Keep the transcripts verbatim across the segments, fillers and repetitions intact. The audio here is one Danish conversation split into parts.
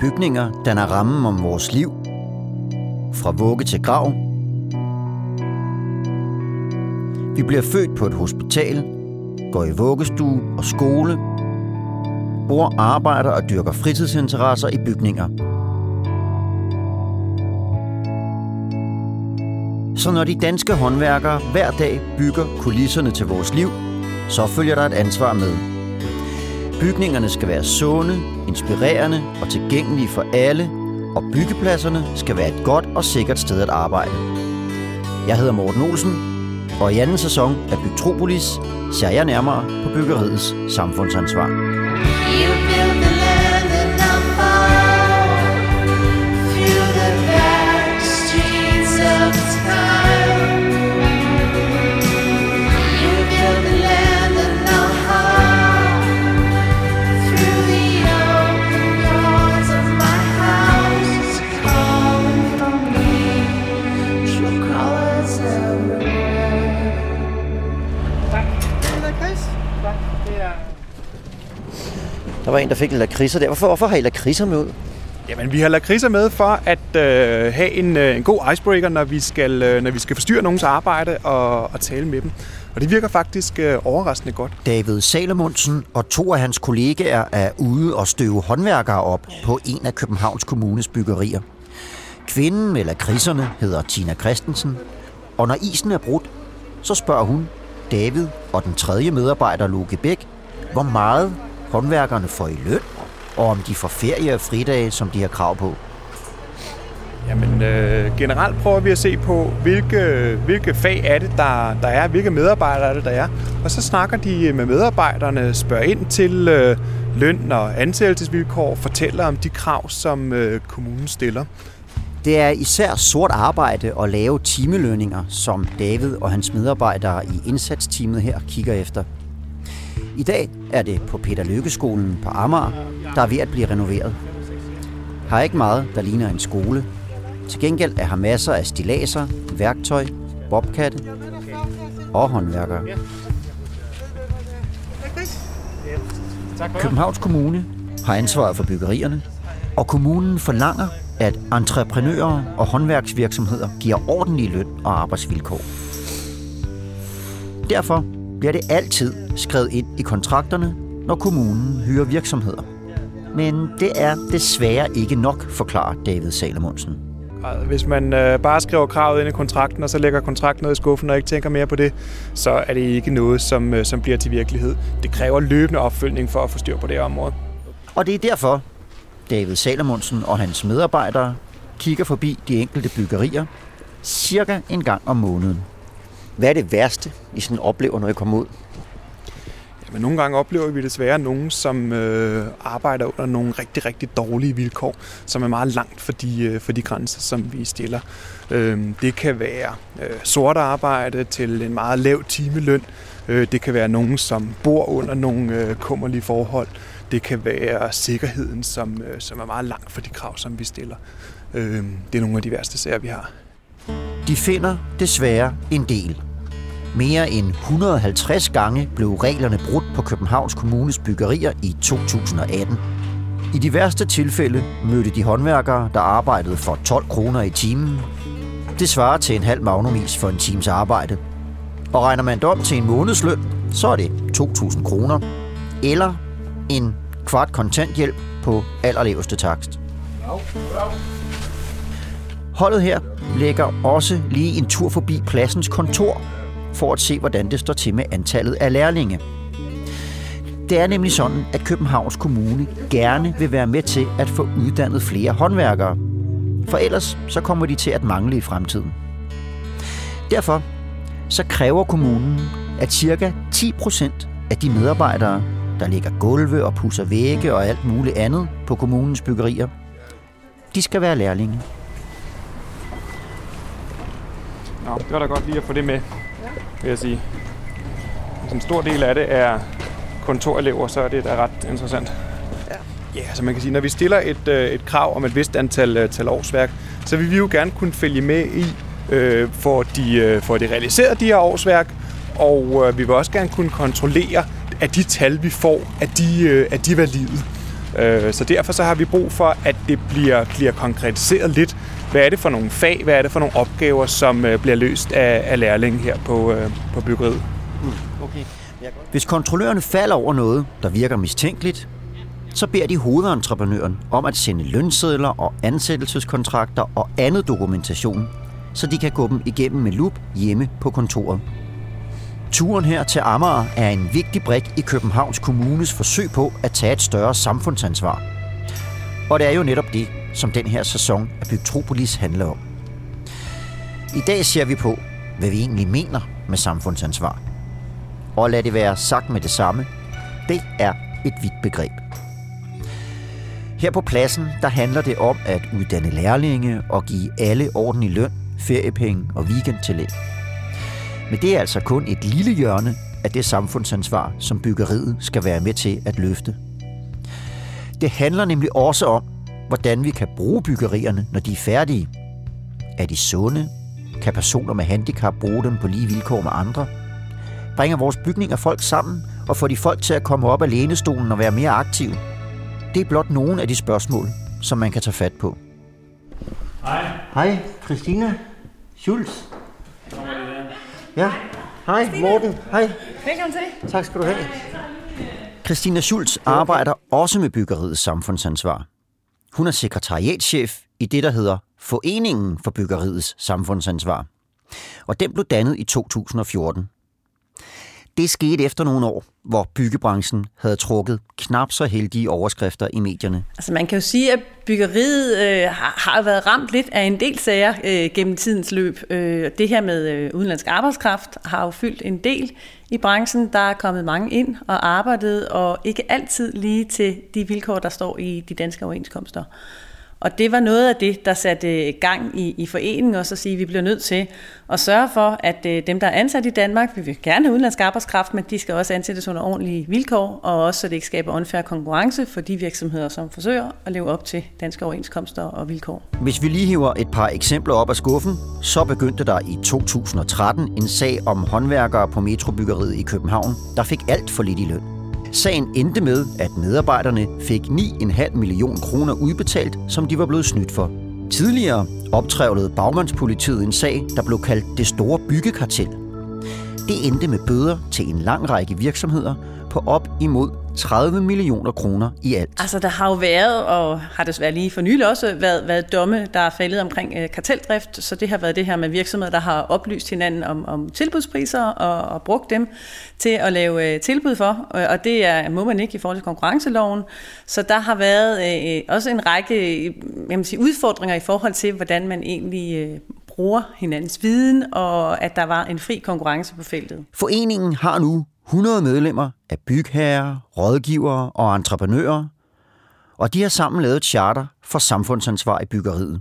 Bygninger danner rammen om vores liv. Fra vugge til grav. Vi bliver født på et hospital, går i vuggestue og skole, bor, arbejder og dyrker fritidsinteresser i bygninger. Så når de danske håndværkere hver dag bygger kulisserne til vores liv, så følger der et ansvar med. Bygningerne skal være sunde, inspirerende og tilgængelige for alle, og byggepladserne skal være et godt og sikkert sted at arbejde. Jeg hedder Morten Olsen, og i anden sæson af Bygtropolis ser jeg nærmere på byggeriets samfundsansvar. Der var en, der fik en lakridser der. Hvorfor, hvorfor har I lakridser med ud? Jamen, vi har lakridser med for at øh, have en, øh, en god icebreaker, når vi skal, øh, når vi skal forstyrre nogens arbejde og, og tale med dem. Og det virker faktisk øh, overraskende godt. David Salomonsen og to af hans kollegaer er ude og støve håndværkere op på en af Københavns Kommunes byggerier. Kvinden med lakridserne hedder Tina Christensen, og når isen er brudt, så spørger hun David og den tredje medarbejder, Loke Bæk, hvor meget håndværkerne får i løn, og om de får ferie og fridage, som de har krav på. Jamen, øh, generelt prøver vi at se på, hvilke, hvilke fag er det, der, der er, hvilke medarbejdere er det, der er. Og så snakker de med medarbejderne, spørger ind til øh, løn og ansættelsesvilkår, fortæller om de krav, som øh, kommunen stiller. Det er især sort arbejde og lave timelønninger, som David og hans medarbejdere i indsatsteamet her kigger efter. I dag er det på Peter Løkkeskolen på Amager, der er ved at blive renoveret. Har ikke meget, der ligner en skole. Til gengæld er her masser af stilladser, værktøj, bobkatte og håndværkere. Københavns Kommune har ansvaret for byggerierne, og kommunen forlanger, at entreprenører og håndværksvirksomheder giver ordentlige løn og arbejdsvilkår. Derfor bliver det altid skrevet ind i kontrakterne, når kommunen hyrer virksomheder. Men det er desværre ikke nok, forklarer David Salomonsen. Hvis man øh, bare skriver kravet ind i kontrakten, og så lægger kontrakten ned i skuffen og ikke tænker mere på det, så er det ikke noget, som, øh, som bliver til virkelighed. Det kræver løbende opfølgning for at få styr på det område. Og det er derfor, David Salomonsen og hans medarbejdere kigger forbi de enkelte byggerier cirka en gang om måneden. Hvad er det værste, I sådan oplever, når I kommer ud? Jamen, nogle gange oplever vi desværre nogen, som øh, arbejder under nogle rigtig, rigtig dårlige vilkår, som er meget langt for de, øh, for de grænser, som vi stiller. Øh, det kan være øh, sort arbejde til en meget lav timeløn. Øh, det kan være nogen, som bor under nogle øh, kummerlige forhold. Det kan være sikkerheden, som, øh, som er meget langt for de krav, som vi stiller. Øh, det er nogle af de værste sager, vi har. De finder desværre en del. Mere end et hundrede og halvtreds gange blev reglerne brudt på Københavns Kommunes byggerier i to tusind og atten. I de værste tilfælde mødte de håndværkere, der arbejdede for tolv kroner i timen. Det svarer til en halv magnumis for en times arbejde. Og regner man det om til en månedsløn, så er det to tusind kroner. Eller en kvart kontanthjælp på allerlaveste takst. Holdet her lægger også lige en tur forbi pladsens kontor, for at se, hvordan det står til med antallet af lærlinge. Det er nemlig sådan, at Københavns Kommune gerne vil være med til at få uddannet flere håndværkere, for ellers så kommer de til at mangle i fremtiden. Derfor så kræver kommunen, at ca. ti procent af de medarbejdere, der lægger gulve og pudser vægge og alt muligt andet på kommunens byggerier, de skal være lærlinge. Nå, det var da godt lige at få det med, vil jeg sige. En stor del af det er kontorelever, så er det da ret interessant. Ja, ja, så man kan sige, når vi stiller et, et krav om et vist antal, antal årsværk, så vil vi jo gerne kunne følge med i, øh, for de, for de realiseret de her årsværk, og øh, vi vil også gerne kunne kontrollere, at de tal, vi får, at de, øh, at de er valide. Så derfor så har vi brug for, at det bliver, bliver konkretiseret lidt. Hvad er det for nogle fag, hvad er det for nogle opgaver, som bliver løst af, af lærlingen her på, på byggeriet? Okay. Hvis kontrollørerne falder over noget, der virker mistænkeligt, så beder de hovedentreprenøren om at sende lønsedler og ansættelseskontrakter og andet dokumentation, så de kan gå dem igennem med lup hjemme på kontoret. Turen her til Amager er en vigtig brik i Københavns Kommunes forsøg på at tage et større samfundsansvar. Og det er jo netop det, som den her sæson af Bygtropolis handler om. I dag ser vi på, hvad vi egentlig mener med samfundsansvar. Og lad det være sagt med det samme, det er et vidt begreb. Her på pladsen, der handler det om at uddanne lærlinge og give alle ordentlig løn, feriepenge og weekendtillæg. Men det er altså kun et lille hjørne af det samfundsansvar, som byggeriet skal være med til at løfte. Det handler nemlig også om, hvordan vi kan bruge byggerierne, når de er færdige. Er de sunde? Kan personer med handicap bruge dem på lige vilkår med andre? Bringer vores bygninger folk sammen og får de folk til at komme op af lænestolen og være mere aktive? Det er blot nogle af de spørgsmål, som man kan tage fat på. Hej. Hej, Christina Schultz. Ja, hej Morten. Hej. Velkommen til. Tak skal du have. Christina Schultz arbejder også med byggeriets samfundsansvar. Hun er sekretariatschef i det, der hedder Foreningen for Byggeriets Samfundsansvar. Og den blev dannet i to tusind og fjorten. Det skete efter nogle år, hvor byggebranchen havde trukket knap så heldige overskrifter i medierne. Altså man kan jo sige, at byggeriet øh, har, har været ramt lidt af en del sager øh, gennem tidens løb. Øh, det her med øh, udenlandsk arbejdskraft har jo fyldt en del i branchen. Der er kommet mange ind og arbejdet, og ikke altid lige til de vilkår, der står i de danske overenskomster. Og det var noget af det, der satte gang i, i foreningen, og så sige, at vi bliver nødt til at sørge for, at øh, dem, der er ansat i Danmark, vi vil gerne have udenlandsk arbejdskraft, men de skal også ansættes under ordentlige vilkår, og også så det ikke skaber unfair konkurrence for de virksomheder, som forsøger at leve op til danske overenskomster og vilkår. Hvis vi lige hiver et par eksempler op af skuffen, så begyndte der i to tusind og tretten en sag om håndværkere på metrobyggeriet i København, der fik alt for lidt i løn. Sagen endte med, at medarbejderne fik ni komma fem millioner kroner udbetalt, som de var blevet snydt for. Tidligere optrævlede bagmandspolitiet en sag, der blev kaldt det store byggekartel. Det endte med bøder til en lang række virksomheder på op imod tredive millioner kroner i alt. Altså der har jo været, og har desværre lige for nylig også været, været domme, der er faldet omkring øh, karteldrift, så det har været det her med virksomheder, der har oplyst hinanden om, om tilbudspriser og, og brugt dem til at lave øh, tilbud for, og det er, må man ikke i forhold til konkurrenceloven. Så der har været øh, også en række jeg må sige, udfordringer i forhold til, hvordan man egentlig øh, bruger hinandens viden, og at der var en fri konkurrence på feltet. Foreningen har nu hundrede medlemmer af bygherrer, rådgivere og entreprenører, og de har sammen lavet et charter for samfundsansvar i byggeriet.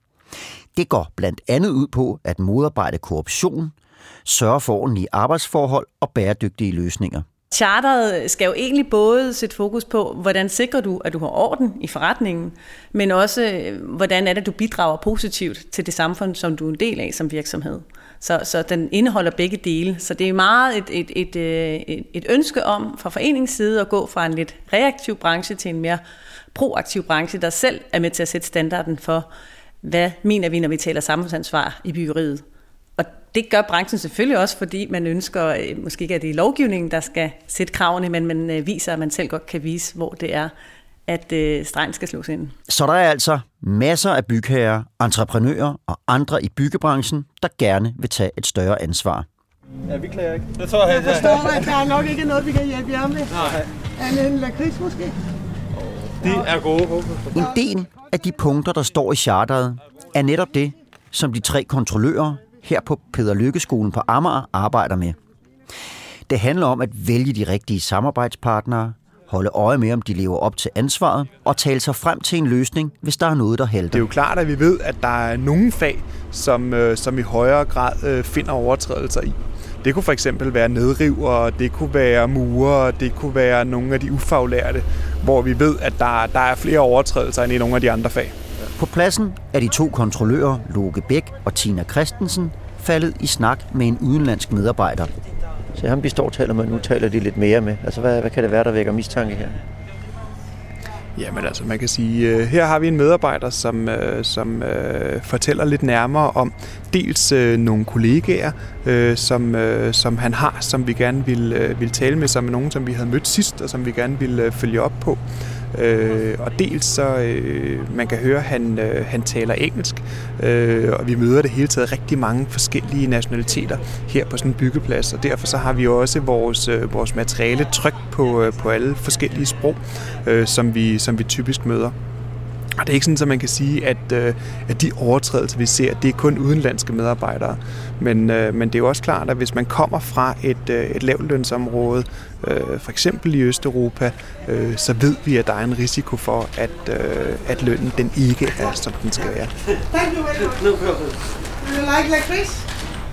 Det går blandt andet ud på at modarbejde korruption, sørge for ordentlige arbejdsforhold og bæredygtige løsninger. Charteret skal jo egentlig både sætte fokus på, hvordan sikrer du, at du har orden i forretningen, men også, hvordan er det, du bidrager positivt til det samfund, som du er en del af som virksomhed. Så, så den indeholder begge dele. Så det er meget et, et, et, et, et ønske om fra foreningens side at gå fra en lidt reaktiv branche til en mere proaktiv branche, der selv er med til at sætte standarden for, hvad mener vi, når vi taler samfundsansvar i byggeriet. Og det gør branchen selvfølgelig også, fordi man ønsker, måske ikke at det er lovgivningen, der skal sætte kravene, men man viser, at man selv godt kan vise, hvor det er, at øh, stregen skal slås ind. Så der er altså masser af bygherrer, entreprenører og andre i byggebranchen, der gerne vil tage et større ansvar. Ja, vi klager ikke. Jeg, tror, jeg forstår, at der er nok ikke noget, vi kan hjælpe jer med. Nej. Er en lakrids måske? De er gode. En del af de punkter, der står i charteret, er netop det, som de tre kontrollører her på Peder Lykke-skolen på Amager arbejder med. Det handler om at vælge de rigtige samarbejdspartnere, holde øje med, om de lever op til ansvaret, og tale sig frem til en løsning, hvis der er noget, der halter. Det er jo klart, at vi ved, at der er nogle fag, som, øh, som i højere grad øh, finder overtrædelser i. Det kunne for eksempel være nedrivere, det kunne være murere, det kunne være nogle af de ufaglærte, hvor vi ved, at der, der er flere overtrædelser end i nogle af de andre fag. På pladsen er de to kontrollører, Loke Bæk og Tina Christensen, faldet i snak med en udenlandsk medarbejder. Så ham vi står og taler med, nu taler de lidt mere med. Altså hvad, hvad kan det være, der vækker mistanke her? Jamen altså, man kan sige, uh, her har vi en medarbejder, som, uh, som uh, fortæller lidt nærmere om dels uh, nogle kollegaer, uh, som, uh, som han har, som vi gerne vil, uh, vil tale med, som er nogen, som vi havde mødt sidst, og som vi gerne vil uh, følge op på. Øh, og dels så, øh, man kan høre, at han, øh, han taler engelsk, øh, og vi møder det hele taget rigtig mange forskellige nationaliteter her på sådan en byggeplads, og derfor så har vi også vores, øh, vores materiale trykt på, øh, på alle forskellige sprog, øh, som, vi, som vi typisk møder. Og det er ikke sådan, at man kan sige, at, øh, at de overtrædelser, vi ser, det er kun udenlandske medarbejdere. Men, øh, men det er jo også klart, at hvis man kommer fra et, øh, et lavtlønsområde, øh, for eksempel i Østeuropa, øh, så ved vi, at der er en risiko for, at, øh, at lønnen den ikke er, som den skal være. Thank you very much. No problem. Do you like lakrids?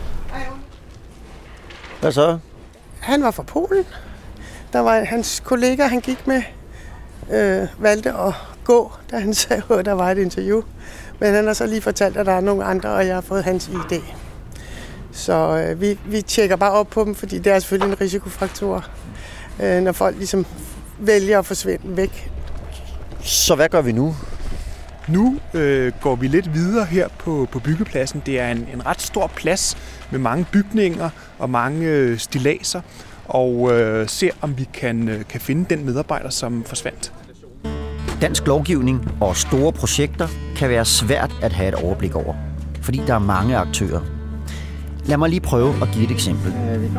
Hvad så? Han var fra Polen. Der var hans kollega, han gik med, øh, valgte at gå, da han sagde, at der var et interview. Men han har så lige fortalt, at der er nogle andre, og jeg har fået hans I D. Så øh, vi, vi tjekker bare op på dem, fordi det er selvfølgelig en risikofaktor, øh, når folk ligesom vælger at forsvinde væk. Så hvad gør vi nu? Nu øh, går vi lidt videre her på, på byggepladsen. Det er en, en ret stor plads med mange bygninger og mange øh, stilladser, og øh, ser, om vi kan, øh, kan finde den medarbejder, som forsvandt. Dansk lovgivning og store projekter kan være svært at have et overblik over, fordi der er mange aktører. Lad mig lige prøve at give et eksempel.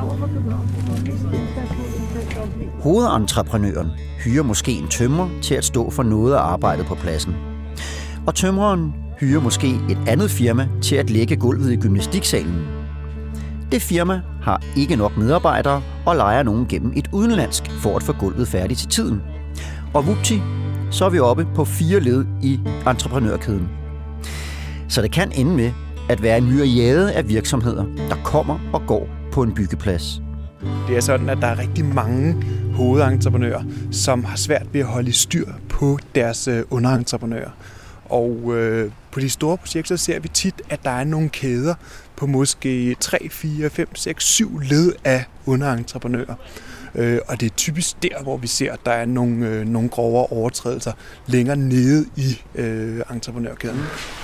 Hovedentreprenøren hyrer måske en tømrer til at stå for noget af arbejdet på pladsen. Og tømreren hyrer måske et andet firma til at lægge gulvet i gymnastiksalen. Det firma har ikke nok medarbejdere og lejer nogen gennem et udenlandsk for at få gulvet færdigt til tiden. Og vupti, så er vi oppe på fire led i entreprenørkæden. Så det kan ende med at være en myriade af virksomheder, der kommer og går på en byggeplads. Det er sådan, at der er rigtig mange hovedentreprenører, som har svært ved at holde i styr på deres underentreprenører. Og øh, på de store projekter ser vi tit, at der er nogle kæder på måske tre, fire, fem, seks, syv led af underentreprenører. Øh, og det er typisk der, hvor vi ser, at der er nogle, øh, nogle grovere overtrædelser længere nede i øh, entreprenørkæden.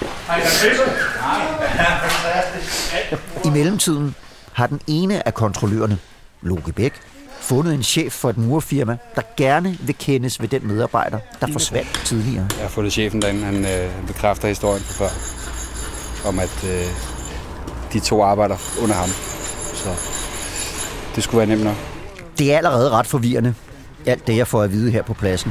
I mellemtiden har den ene af kontrollørerne, Loke Bæk, fundet en chef for et murfirma, der gerne vil kendes ved den medarbejder, der forsvandt tidligere. Jeg har fundet chefen derinde. Han øh, bekræfter historien fra før, om at øh, de to arbejder under ham. Så det skulle være nemt nok. Det er allerede ret forvirrende, alt det jeg får at vide her på pladsen.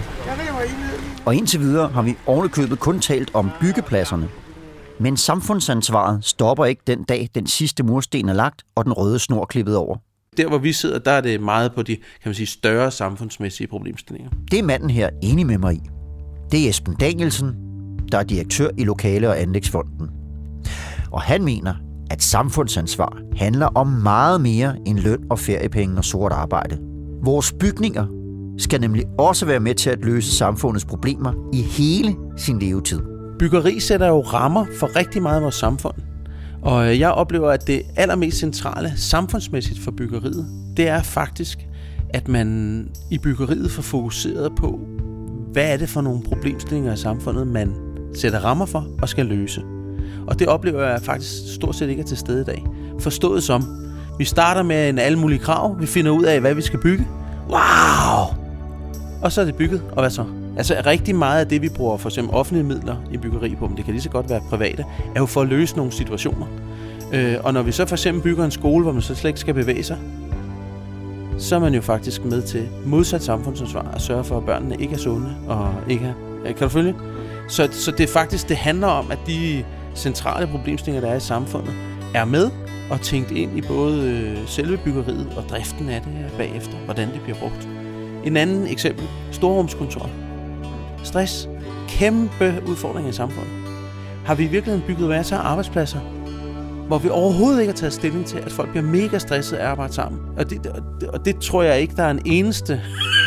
Og indtil videre har vi ovenikøbet kun talt om byggepladserne. Men samfundsansvaret stopper ikke den dag, den sidste mursten er lagt, og den røde snor klippet over. Der, hvor vi sidder, der er det meget på de, kan man sige, større samfundsmæssige problemstillinger. Det er manden her enig med mig i. Det er Esben Danielsen, der er direktør i Lokale- og Anlægsfonden. Og han mener, at samfundsansvar handler om meget mere end løn og feriepenge og sort arbejde. Vores bygninger skal nemlig også være med til at løse samfundets problemer i hele sin levetid. Byggeri sætter jo rammer for rigtig meget af vores samfund. Og jeg oplever, at det allermest centrale samfundsmæssigt for byggeriet, det er faktisk, at man i byggeriet får fokuseret på, hvad er det for nogle problemstillinger i samfundet, man sætter rammer for og skal løse. Og det oplever jeg faktisk stort set ikke er til stede i dag. Forstået som, vi starter med en alle mulige krav, vi finder ud af, hvad vi skal bygge. Wow! Og så er det bygget, og hvad så? Altså rigtig meget af det, vi bruger for eksempel offentlige midler i byggeri på, men det kan lige så godt være private, er jo for at løse nogle situationer. Øh, og når vi så for eksempel bygger en skole, hvor man så slet ikke skal bevæge sig, så er man jo faktisk med til modsat samfundsansvar at sørge for, at børnene ikke er sunde og ikke er... Kan du følge? Så, så det er faktisk, det handler om, at de centrale problemstillinger, der er i samfundet, er med og tænkt ind i både øh, selve byggeriet og driften af det bagefter, hvordan det bliver brugt. En anden eksempel, storrumskontor. Stress. Kæmpe udfordringer i samfundet. Har vi i virkeligheden bygget masser af arbejdspladser, hvor vi overhovedet ikke har taget stilling til, at folk bliver mega stresset af at arbejde sammen. Og det, og det, og det tror jeg ikke, der er en eneste,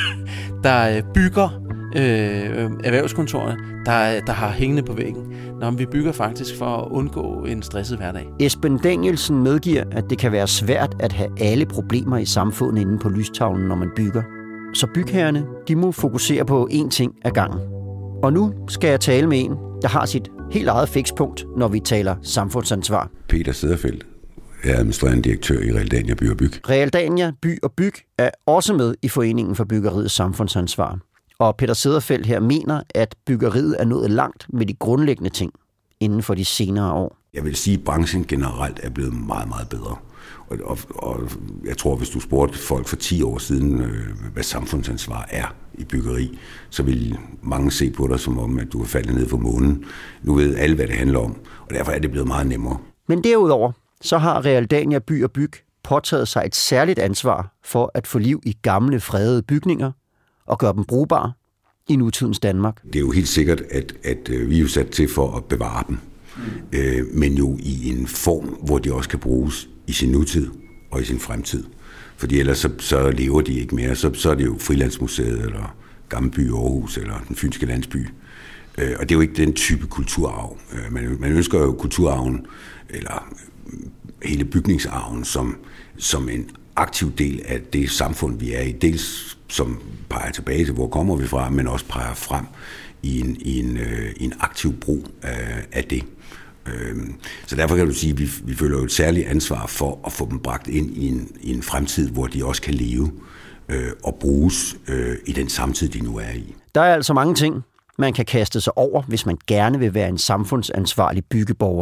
der bygger øh, erhvervskontorerne, der, der har hængende på væggen. Når vi bygger faktisk for at undgå en stresset hverdag. Esben Danielsen medgiver, at det kan være svært at have alle problemer i samfundet inde på lystavlen, når man bygger. Så bygherrerne, de må fokusere på én ting ad gangen. Og nu skal jeg tale med en, der har sit helt eget fikspunkt, når vi taler samfundsansvar. Peter Sederfeldt er administrerende direktør i Realdania By og Byg. Realdania By og Byg er også med i Foreningen for Byggeriets samfundsansvar. Og Peter Sederfeldt her mener, at byggeriet er nået langt med de grundlæggende ting inden for de senere år. Jeg vil sige, at branchen generelt er blevet meget, meget bedre. Og, og, og jeg tror, hvis du spurgte folk for ti år siden, øh, hvad samfundsansvar er i byggeri, så vil mange se på dig som om, at du er faldet ned fra månen. Nu ved alle, hvad det handler om, og derfor er det blevet meget nemmere. Men derudover, så har Realdania By og Byg påtaget sig et særligt ansvar for at få liv i gamle, fredede bygninger og gøre dem brugbare i nutidens Danmark. Det er jo helt sikkert, at, at vi er jo sat til for at bevare dem, mm. øh, men jo i en form, hvor de også kan bruges i sin nutid og i sin fremtid. Fordi ellers så, så lever de ikke mere. Så, så er det jo Frilandsmuseet, eller Gammelby Aarhus, eller den fynske landsby. Øh, og det er jo ikke den type kulturarv. Øh, man, man ønsker jo kulturarven, eller hele bygningsarven, som, som en aktiv del af det samfund, vi er i. Dels som peger tilbage til, hvor kommer vi fra, men også peger frem i en, i en, øh, i en aktiv brug af, af det. Øh, så derfor kan du sige, at vi, vi føler jo et særligt ansvar for at få dem bragt ind i en, i en fremtid, hvor de også kan leve øh, og bruges øh, i den samtid, de nu er i. Der er altså mange ting, man kan kaste sig over, hvis man gerne vil være en samfundsansvarlig byggeborger.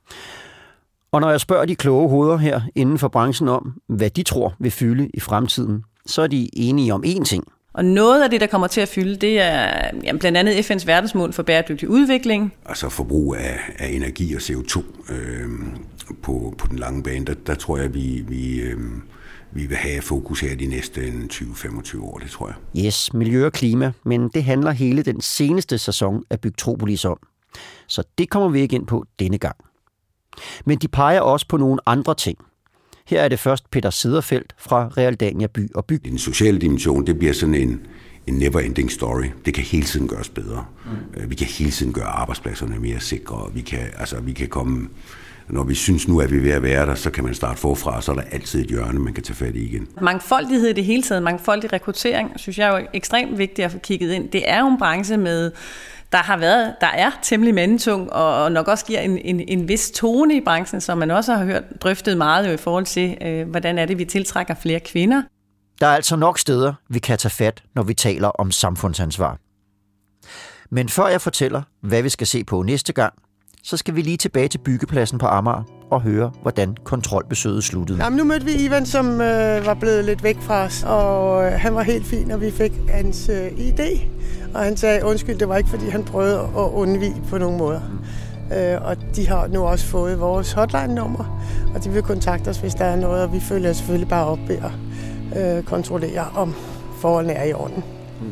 Og når jeg spørger de kloge hoveder her inden for branchen om, hvad de tror vil fylde i fremtiden, så er de enige om én ting. Og noget af det, der kommer til at fylde, det er jamen, blandt andet F N's verdensmål for bæredygtig udvikling. Altså forbrug af, af energi og C O to øh, på, på den lange bane, der, der tror jeg, vi, vi, øh, vi vil have fokus her de næste tyve til femogtyve år, det tror jeg. Yes, miljø og klima, men det handler hele den seneste sæson af Bygtropolis om. Så det kommer vi ikke ind på denne gang. Men de peger også på nogle andre ting. Her er det først Peter Sederfeldt fra Realdania By og Byg. Den sociale dimension, det bliver sådan en, en never-ending story. Det kan hele tiden gøres bedre. Mm. Vi kan hele tiden gøre arbejdspladserne mere sikre. Vi kan, altså, vi kan komme, når vi synes nu, at vi er ved at være der, så kan man starte forfra, og så er der altid et hjørne, man kan tage fat i igen. Mangfoldighed i det hele taget, mangfoldig rekruttering, synes jeg er jo ekstremt vigtigt at få kigget ind. Det er jo en branche med Der har været, der er temmelig mandetung, og nok også giver en, en, en vis tone i branchen, som man også har hørt drøftet meget jo i forhold til, øh, hvordan er det, vi tiltrækker flere kvinder. Der er altså nok steder, vi kan tage fat, når vi taler om samfundsansvar. Men før jeg fortæller, hvad vi skal se på næste gang, så skal vi lige tilbage til byggepladsen på Amager og høre, hvordan kontrolbesøget sluttede. Jamen, nu mødte vi Ivan, som øh, var blevet lidt væk fra os, og øh, han var helt fin, og vi fik hans øh, I D. Og han sagde, undskyld, det var ikke, fordi han prøvede at undvige på nogen måder. Øh, og de har nu også fået vores hotline-nummer, og de vil kontakte os, hvis der er noget, og vi følger selvfølgelig bare op ved at øh, kontrollere, om forholdene er i orden.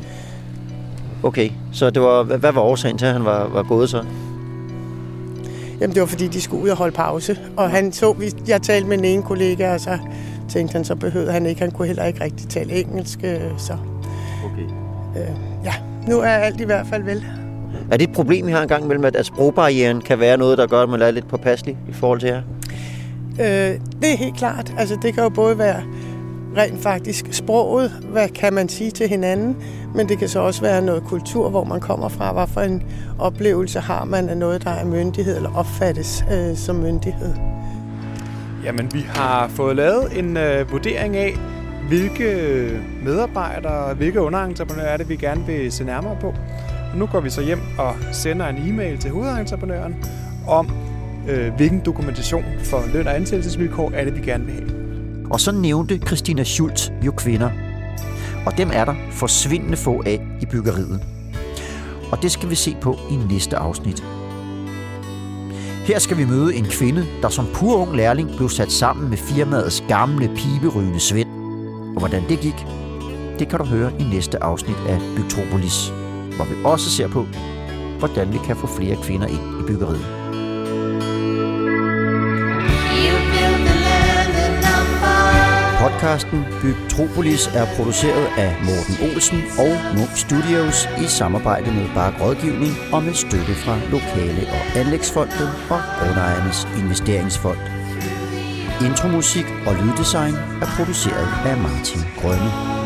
Okay, så det var, hvad var årsagen til, at han var, var gået så? Jamen, det var, fordi de skulle ud og holde pause. Og han så, jeg talte med en ene kollega, og så tænkte han, så behøvede han ikke. Han kunne heller ikke rigtig tale engelsk, så... Okay. Øh, ja, nu er alt i hvert fald vel. Er det et problem, I har engang mellem, at sprogbarrieren kan være noget, der gør, at man er lidt påpasselig i forhold til jer? Øh, det er helt klart. Altså, det kan jo både være rent faktisk sproget, hvad kan man sige til hinanden, men det kan så også være noget kultur, hvor man kommer fra. Hvad for en oplevelse har man af noget, der er myndighed, eller opfattes øh, som myndighed? Jamen, vi har fået lavet en øh, vurdering af, hvilke medarbejdere, hvilke underentreprenører er det, vi gerne vil se nærmere på. Og nu går vi så hjem og sender en e-mail til hovedentreprenøren om, øh, hvilken dokumentation for løn- og ansættelsesvilkår er det, vi gerne vil have. Og så nævnte Christina Schultz jo kvinder. Og dem er der forsvindende få af i byggeriet. Og det skal vi se på i næste afsnit. Her skal vi møde en kvinde, der som pur ung lærling blev sat sammen med firmaets gamle piberygende Svend. Og hvordan det gik, det kan du høre i næste afsnit af Bygtropolis, hvor vi også ser på, hvordan vi kan få flere kvinder ind i byggeriet. Podcasten Bygtropolis er produceret af Morten Olsen og Munk Studios i samarbejde med Bark Rådgivning og med støtte fra Lokale- og Anlægsfonden og Grundejernes Investeringsfond. Intromusik og lyddesign er produceret af Martin Grønne.